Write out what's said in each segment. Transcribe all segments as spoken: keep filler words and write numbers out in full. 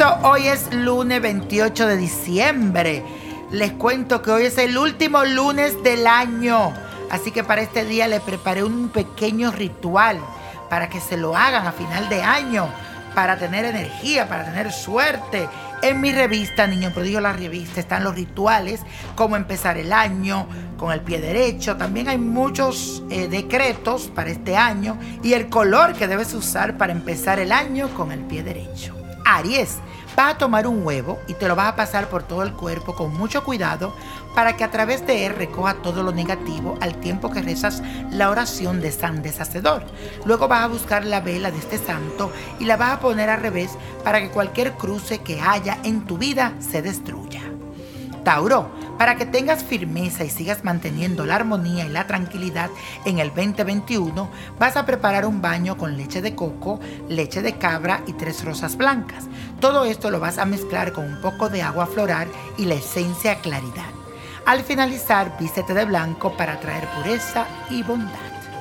Eso, hoy es lunes veintiocho de diciembre. Les cuento que hoy es el último lunes del año. Así que para este día les preparé un pequeño ritual para que se lo hagan a final de año, para tener energía, para tener suerte. En mi revista, Niño Prodigio, la revista, están los rituales, cómo empezar el año con el pie derecho. También hay muchos eh, decretos para este año y el color que debes usar para empezar el año con el pie derecho. Aries, vas a tomar un huevo y te lo vas a pasar por todo el cuerpo con mucho cuidado para que a través de él recoja todo lo negativo al tiempo que rezas la oración de San Deshacedor. Luego vas a buscar la vela de este santo y la vas a poner al revés para que cualquier cruce que haya en tu vida se destruya. Tauro, para que tengas firmeza y sigas manteniendo la armonía y la tranquilidad en el veinte veintiuno, vas a preparar un baño con leche de coco, leche de cabra y tres rosas blancas. Todo esto lo vas a mezclar con un poco de agua floral y la esencia claridad. Al finalizar, vístete de blanco para traer pureza y bondad.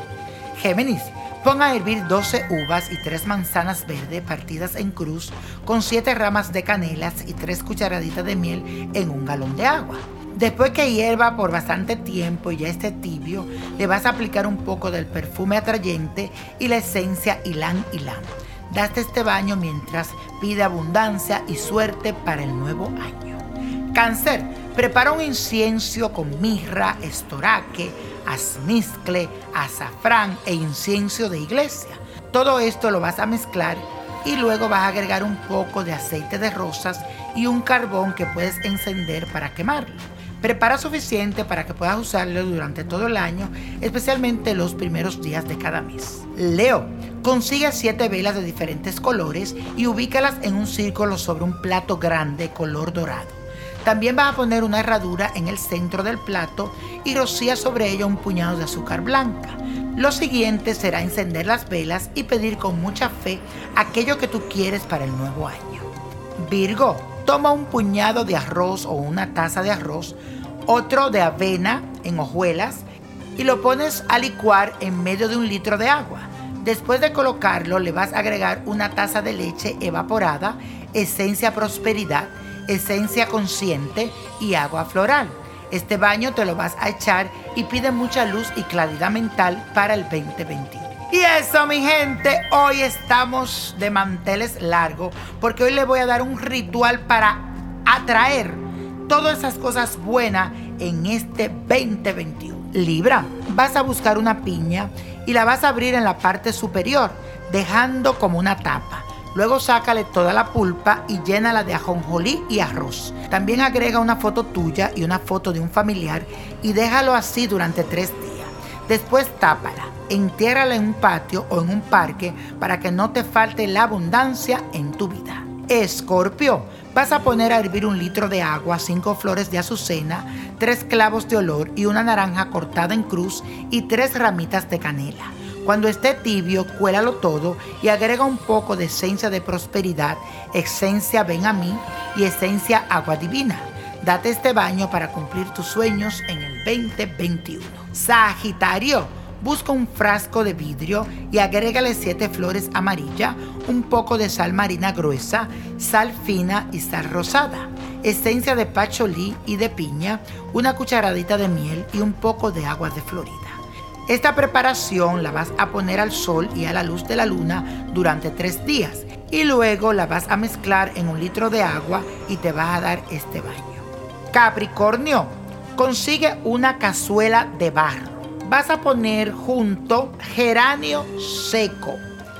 Géminis, pon a hervir doce uvas y tres manzanas verdes partidas en cruz con siete ramas de canelas y tres cucharaditas de miel en un galón de agua. Después que hierva por bastante tiempo y ya esté tibio, le vas a aplicar un poco del perfume atrayente y la esencia ylang ylang. Date este baño mientras pide abundancia y suerte para el nuevo año. Cáncer, prepara un incienso con mirra, estoraque, almizcle, azafrán e incienso de iglesia. Todo esto lo vas a mezclar y luego vas a agregar un poco de aceite de rosas y un carbón que puedes encender para quemarlo. Prepara suficiente para que puedas usarlo durante todo el año, especialmente los primeros días de cada mes. Leo, consigue siete velas de diferentes colores y ubícalas en un círculo sobre un plato grande color dorado. También vas a poner una herradura en el centro del plato y rocía sobre ella un puñado de azúcar blanca. Lo siguiente será encender las velas y pedir con mucha fe aquello que tú quieres para el nuevo año. Virgo, toma un puñado de arroz o una taza de arroz, otro de avena en hojuelas y lo pones a licuar en medio de un litro de agua. Después de colocarlo, le vas a agregar una taza de leche evaporada, esencia prosperidad, esencia consciente y agua floral. Este baño te lo vas a echar y pide mucha luz y claridad mental para el veinte veintiuno. Y eso, mi gente, hoy estamos de manteles largos porque hoy les voy a dar un ritual para atraer todas esas cosas buenas en este veinte veintiuno. Libra, vas a buscar una piña y la vas a abrir en la parte superior, dejando como una tapa. Luego sácale toda la pulpa y llénala de ajonjolí y arroz. También agrega una foto tuya y una foto de un familiar y déjalo así durante tres días. Después tápala, entiérrala en un patio o en un parque para que no te falte la abundancia en tu vida. Escorpio, vas a poner a hervir un litro de agua, cinco flores de azucena, tres clavos de olor y una naranja cortada en cruz y tres ramitas de canela. Cuando esté tibio, cuélalo todo y agrega un poco de esencia de prosperidad, esencia ven a mí y esencia agua divina. Date este baño para cumplir tus sueños en el veinte veintiuno. Sagitario, busca un frasco de vidrio y agrégale siete flores amarillas, un poco de sal marina gruesa, sal fina y sal rosada, esencia de pacholí y de piña, una cucharadita de miel y un poco de agua de Florida. Esta preparación la vas a poner al sol y a la luz de la luna durante tres días y luego la vas a mezclar en un litro de agua y te vas a dar este baño. Capricornio, consigue una cazuela de barro. Vas a poner junto geranio seco,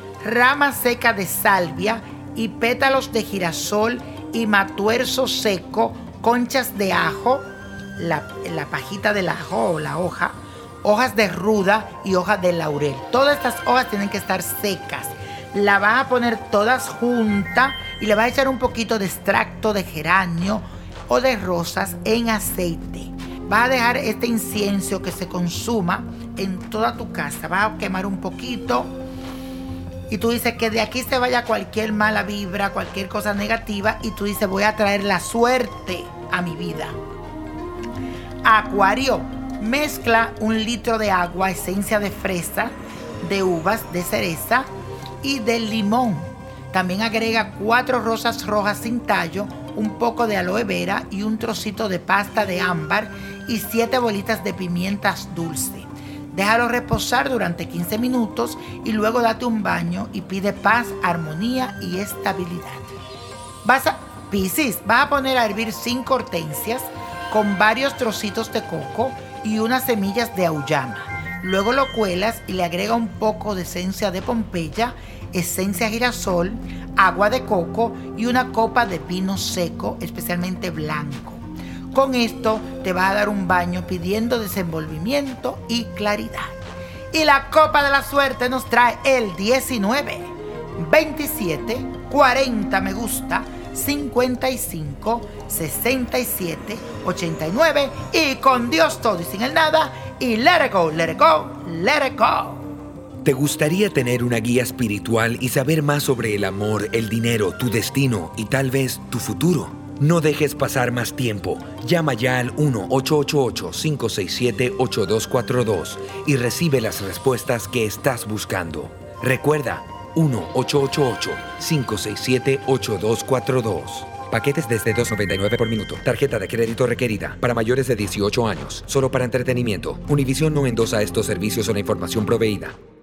rama seca de salvia y pétalos de girasol y matuerzo seco, conchas de ajo, la, la pajita del ajo o la hoja, hojas de ruda y hojas de laurel. Todas estas hojas tienen que estar secas. La vas a poner todas juntas y le vas a echar un poquito de extracto de geranio o de rosas en aceite. Vas a dejar este incienso que se consuma en toda tu casa. Vas a quemar un poquito y tú dices que de aquí se vaya cualquier mala vibra, cualquier cosa negativa, y tú dices voy a traer la suerte a mi vida. Acuario, mezcla un litro de agua, esencia de fresa, de uvas, de cereza y de limón. También agrega cuatro rosas rojas sin tallo, un poco de aloe vera y un trocito de pasta de ámbar y siete bolitas de pimientas dulce. Déjalo reposar durante quince minutos y luego date un baño y pide paz, armonía y estabilidad. Vas a, Piscis, vas a poner a hervir cinco hortensias con varios trocitos de coco y unas semillas de auyama. Luego lo cuelas y le agrega un poco de esencia de Pompeya, esencia girasol, agua de coco y una copa de vino seco, especialmente blanco. Con esto te va a dar un baño pidiendo desenvolvimiento y claridad. Y la copa de la suerte nos trae el diecinueve, veintisiete, cuarenta me gusta, cincuenta y cinco, sesenta y siete, ochenta y nueve y con Dios todo y sin el nada y let it go, let it go, let it go. ¿Te gustaría tener una guía espiritual y saber más sobre el amor, el dinero, tu destino y tal vez tu futuro? No dejes pasar más tiempo. Llama ya al uno ocho ocho ocho, cinco seis siete, ocho dos cuatro dos y recibe las respuestas que estás buscando. Recuerda, uno ocho ocho ocho, cinco seis siete, ocho dos cuatro dos. Paquetes desde dos noventa y nueve por minuto. Tarjeta de crédito requerida para mayores de dieciocho años. Solo para entretenimiento. Univision no endosa estos servicios o la información proveída.